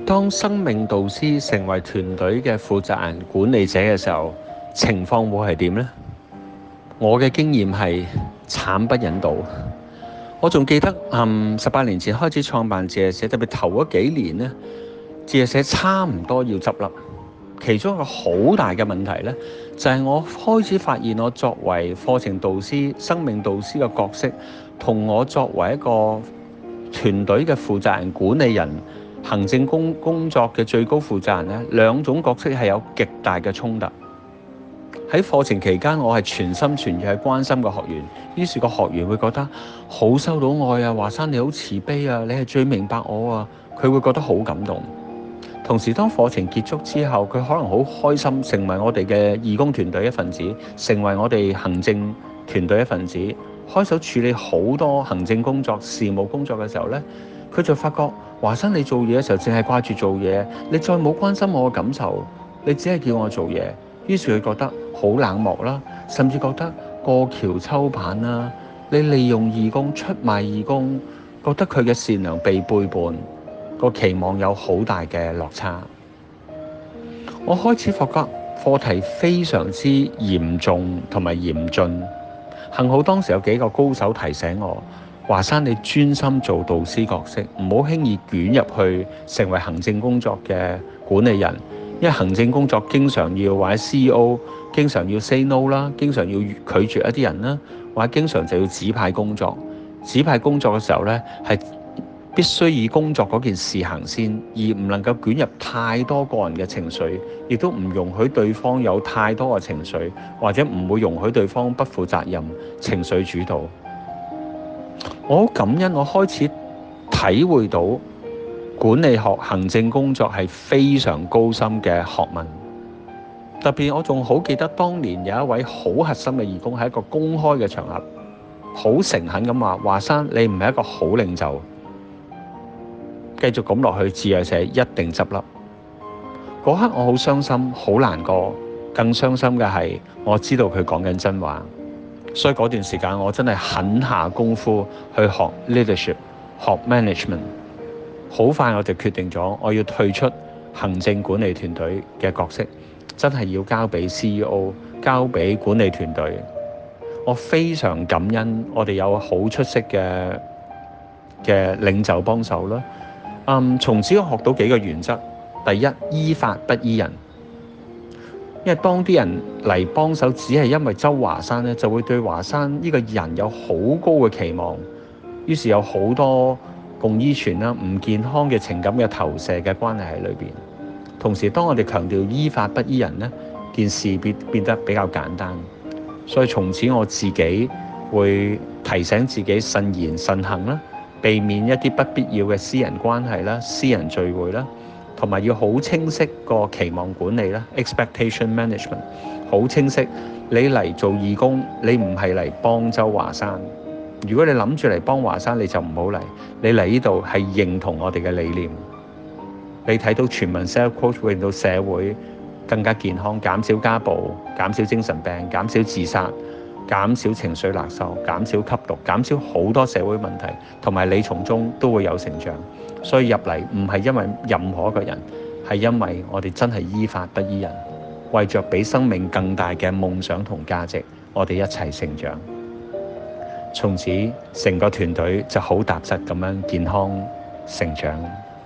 當生命導師成為團隊嘅負責人、管理者嘅時候，情況會係點呢？我嘅經驗係慘不忍睹。我仲記得18年前開始創辦自在社，特別頭嗰幾年呢，自在社差唔多要執笠。其中一個好大嘅問題呢，就係我開始發現我作為課程導師、生命導師嘅角色，同我作為一個團隊嘅負責人、管理人、行政工作嘅最高負責人呢，兩種角色係有極大嘅衝突。喺課程期間，我係全心全意去關心個學員，於是個學員會覺得好收到愛啊，華山你好慈悲啊，你係最明白我啊，佢會覺得好感動。同時，當課程結束之後，佢可能好開心，成為我哋嘅義工團隊一份子，成為我哋行政團隊一份子，開手處理好多行政工作、事務工作嘅時候呢，佢就發覺華山你做嘢嘅時候，淨係掛住做嘢，你再冇關心我嘅感受，你只係叫我做嘢。於是佢覺得好冷漠啦，甚至覺得過橋抽板啦，你利用義工、出賣義工，覺得佢嘅善良被背叛。個期望有好大嘅落差，我開始發覺課題非常之嚴重同埋嚴峻。幸好當時有幾個高手提醒我，華山你專心做導師角色，唔好輕易捲入去成為行政工作嘅管理人，因為行政工作經常要或者 CEO 經常要 say no 啦，經常要拒絕一啲人啦，或者經常就要指派工作。指派工作嘅時候呢，係必須以工作嗰件事行先，而唔能夠捲入太多個人嘅情緒，亦都唔容許對方有太多嘅情緒，或者唔會容許對方不負責任、情緒主導。我好感恩，我開始體會到管理學、行政工作係非常高深嘅學問。特別我仲好記得當年有一位好核心嘅義工喺一個公開嘅場合，好誠懇咁話：華山，你唔係一個好領袖。繼續咁落去，自在社一定執笠。嗰刻我好傷心，好難過。更傷心嘅係，我知道佢講緊真話。所以嗰段時間，我真係狠下功夫去學 leadership、學 management。好快我就決定咗，我要退出行政管理團隊嘅角色，真係要交俾 CEO、交俾管理團隊。我非常感恩，我哋有好出色嘅領袖幫手啦。從此我學到幾個原則。第一，依法不依人。因為當啲人嚟幫手，只係因為周華山咧，就會對華山呢個人有好高嘅期望，於是有好多共依存啦、唔健康嘅情感嘅投射嘅關係喺裏邊。同時，當我哋強調依法不依人呢，件事變得比較簡單。所以從此我自己會提醒自己慎言慎行啦。避免一啲不必要嘅私人關係啦、私人聚會啦，同埋要好清晰個期望管理啦 （expectation management）。好清晰，你嚟做義工，你唔係嚟幫周華山。如果你諗住嚟幫華山，你就唔好嚟。你嚟呢度係認同我哋嘅理念。你睇到全民 self coach 會令到社會更加健康，減少家暴、減少精神病、減少自殺、減少情緒勒索、減少吸毒、減少好多社會問題，同埋你從中都會有成長。所以入嚟唔係因為任何一個人，係因為我哋真係依法不依人，為着比生命更大嘅夢想同價值，我哋一齊成長。從此成個團隊就好踏實咁樣健康成長。